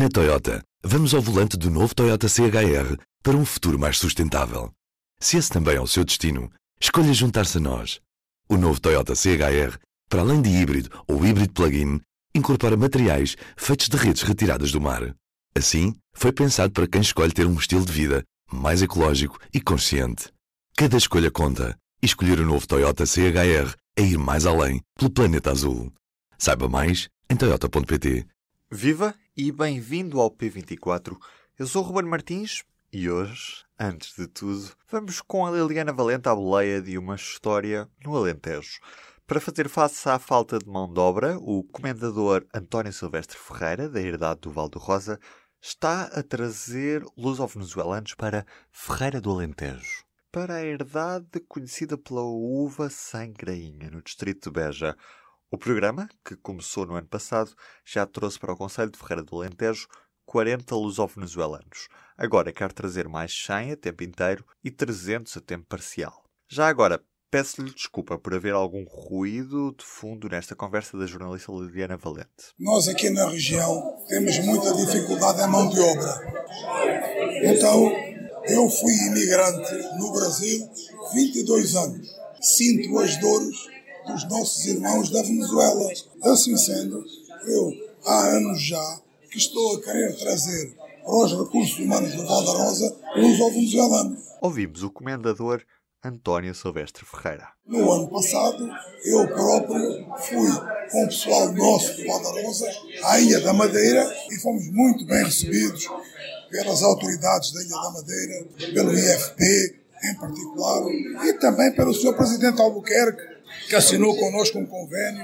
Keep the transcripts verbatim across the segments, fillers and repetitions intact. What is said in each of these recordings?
Na Toyota, vamos ao volante do novo Toyota C H R para um futuro mais sustentável. Se esse também é o seu destino, escolha juntar-se a nós. O novo Toyota C H R, para além de híbrido ou híbrido plug-in, incorpora materiais feitos de redes retiradas do mar. Assim, foi pensado para quem escolhe ter um estilo de vida mais ecológico e consciente. Cada escolha conta, e escolher o novo Toyota C H R é ir mais além pelo planeta azul. Saiba mais em toyota ponto pt. Viva e bem-vindo ao P vinte e quatro. Eu sou o Ruben Martins e hoje, antes de tudo, vamos com a Liliana Valente à boleia de uma história no Alentejo. Para fazer face à falta de mão de obra, o comendador António Silvestre Ferreira, da Herdade do Val do Rosa, está a trazer luso-venezuelanos para Ferreira do Alentejo. Para a herdade conhecida pela uva sem grainha, no distrito de Beja. O programa, que começou no ano passado, já trouxe para o concelho de Ferreira do Alentejo quarenta luso-venezuelanos. Agora quer trazer mais cem a tempo inteiro e trezentos a tempo parcial. Já agora, peço-lhe desculpa por haver algum ruído de fundo nesta conversa da jornalista Liliana Valente. Nós aqui na região temos muita dificuldade em mão de obra. Então, eu fui imigrante no Brasil vinte e dois anos. Sinto as dores dos nossos irmãos da Venezuela. Assim sendo, eu há anos já que estou a querer trazer para os recursos humanos do Val da Rosa luso-venezuelano. Ouvimos o comendador António Silvestre Ferreira. No ano passado, eu próprio fui com o pessoal nosso do Val da Rosa à Ilha da Madeira e fomos muito bem recebidos pelas autoridades da Ilha da Madeira, pelo I F P em particular, e também pelo senhor Presidente Albuquerque, que assinou connosco um convênio,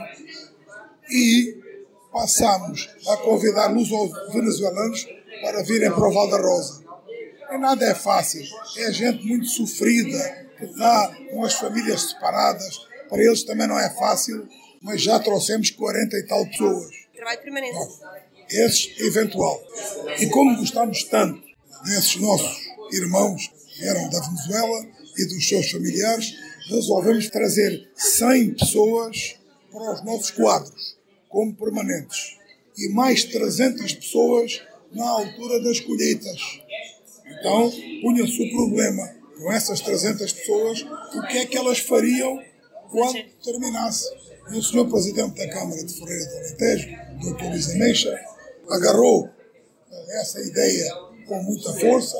e passamos a convidar luso-venezuelanos para virem para o Val da Rosa. E nada é fácil, é gente muito sofrida, que está com as famílias separadas, para eles também não é fácil, mas já trouxemos quarenta e tal pessoas. Trabalho permanente. Esses, eventual. E como gostamos tanto desses nossos irmãos que vieram da Venezuela e dos seus familiares, resolvemos trazer cem pessoas para os nossos quadros, como permanentes. E mais trezentas pessoas na altura das colheitas. Então, punha-se o problema com essas trezentas pessoas, o que é que elas fariam quando terminasse. E o senhor Presidente da Câmara de Ferreira do Alentejo, doutor Luís Ameixa, agarrou essa ideia com muita força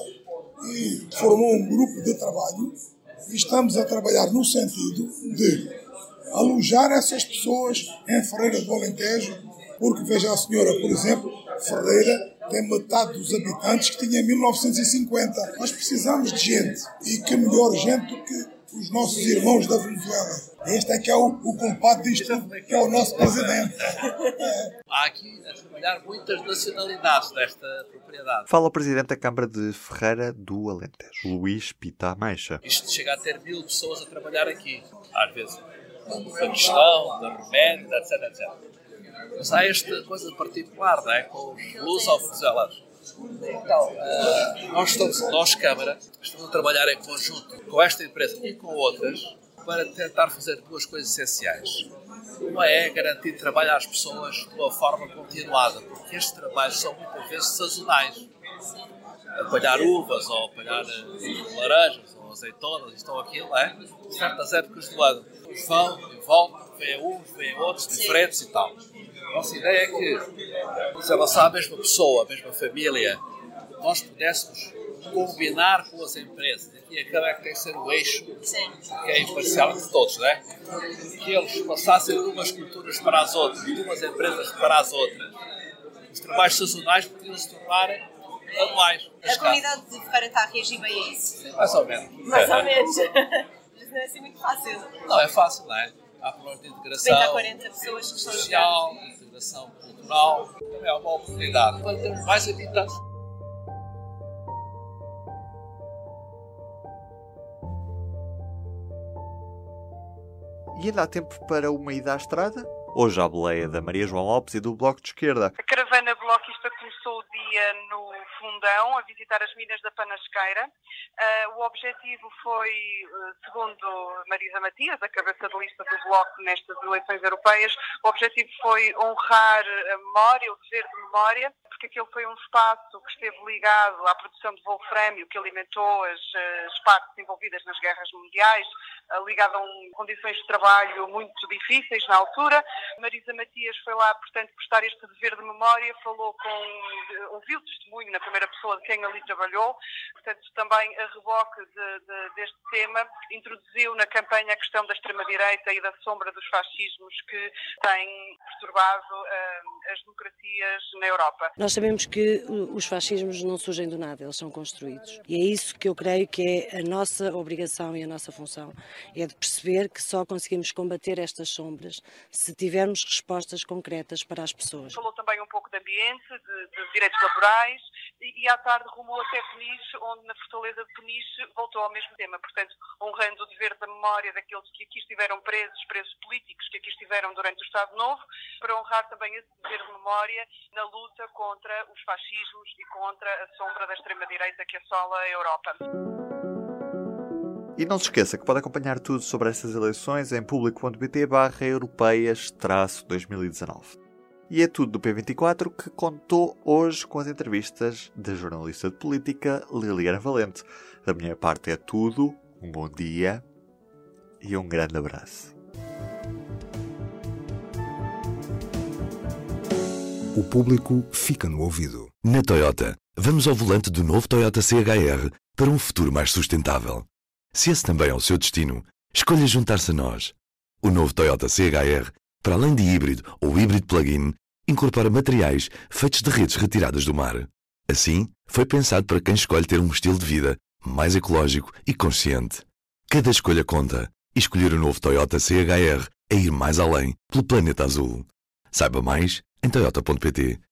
e formou um grupo de trabalho e estamos a trabalhar no sentido de alojar essas pessoas em Ferreira do Alentejo, porque veja a senhora, por exemplo, Ferreira tem metade dos habitantes que tinha em mil novecentos e cinquenta. Nós precisamos de gente, e que melhor gente do que os nossos irmãos da Venezuela. Este é que é o, o culpado disto, que é o nosso presidente. É. Há aqui a trabalhar muitas nacionalidades desta propriedade. Fala o Presidente da Câmara de Ferreira do Alentejo, Luís Pita Ameixa. Isto chega a ter mil pessoas a trabalhar aqui. Às vezes do Paquistão, da Roménia, etc, etcétera. Mas há esta coisa particular, não é? Com os luso-venezuelanos. Então, uh, nós, estamos, nós, Câmara, estamos a trabalhar em conjunto com esta empresa e com outras para tentar fazer duas coisas essenciais. Uma é garantir trabalho às pessoas de uma forma continuada, porque estes trabalhos são muitas vezes sazonais. Apanhar uvas, ou apanhar uh, laranjas, ou azeitonas, isto ou aquilo, não é? Certas épocas do ano. Eles vão e voltam, vêm uns, vêm outros, diferentes e tal. A nossa ideia é que, se avançar a mesma pessoa, a mesma família, nós pudéssemos combinar com as empresas. Aqui a Câmara é que tem que ser o eixo, que é imparcial entre todos, não é? Que eles passassem de umas culturas para as outras, de umas empresas para as outras. Os trabalhos sazonais podiam se tornar anuais. A comunidade de Ferreira está a reagir bem a isso? Sim, mais ou menos. Mais ou menos. Mas não é assim muito fácil. Não, é fácil, não é? Há problemas de integração há quarenta pessoas que estão social, integração cultural. Também é uma oportunidade para termos mais habitantes. E ainda há tempo para uma ida à estrada? Hoje à boleia da Maria João Lopes e do Bloco de Esquerda. A caravana bloquista começou passou o dia no Fundão a visitar as minas da Panasqueira. Uh, o objetivo foi, segundo Marisa Matias, a cabeça de lista do Bloco nestas eleições europeias, o objetivo foi honrar a memória, o dever de memória, porque aquele foi um espaço que esteve ligado à produção de wolframio, que alimentou as, as partes envolvidas nas guerras mundiais, uh, ligado a um, condições de trabalho muito difíceis na altura. Marisa Matias foi lá, portanto, prestar este dever de memória, falou com, ouviu testemunho na primeira pessoa de quem ali trabalhou, portanto, também a reboque de, de, deste tema, introduziu na campanha a questão da extrema-direita e da sombra dos fascismos que têm perturbado uh, as democracias na Europa. Nós sabemos que os fascismos não surgem do nada, eles são construídos. E é isso que eu creio que é a nossa obrigação e a nossa função, é de perceber que só conseguimos combater estas sombras se tivermos respostas concretas para as pessoas. Falou também um pouco de ambiente, de, de direitos laborais e, e à tarde rumou até Peniche, onde na Fortaleza de Peniche voltou ao mesmo tema, portanto, honrando o dever da memória daqueles que aqui estiveram presos, presos políticos que aqui estiveram durante o Estado Novo, para honrar também esse dever de memória na luta contra os fascismos e contra a sombra da extrema-direita que assola a Europa. E não se esqueça que pode acompanhar tudo sobre estas eleições em público.pt barra europeias traço dois mil e dezanove. E é tudo do P vinte e quatro, que contou hoje com as entrevistas da jornalista de política Liliana Valente. Da minha parte é tudo, um bom dia e um grande abraço. O público fica no ouvido. Na Toyota, vamos ao volante do novo Toyota C H R para um futuro mais sustentável. Se esse também é o seu destino, escolha juntar-se a nós. O novo Toyota C H R, para além de híbrido ou híbrido plug-in, incorpora materiais feitos de redes retiradas do mar. Assim, foi pensado para quem escolhe ter um estilo de vida mais ecológico e consciente. Cada escolha conta, e escolher o novo Toyota C H R é ir mais além pelo planeta azul. Saiba mais em toyota ponto pt.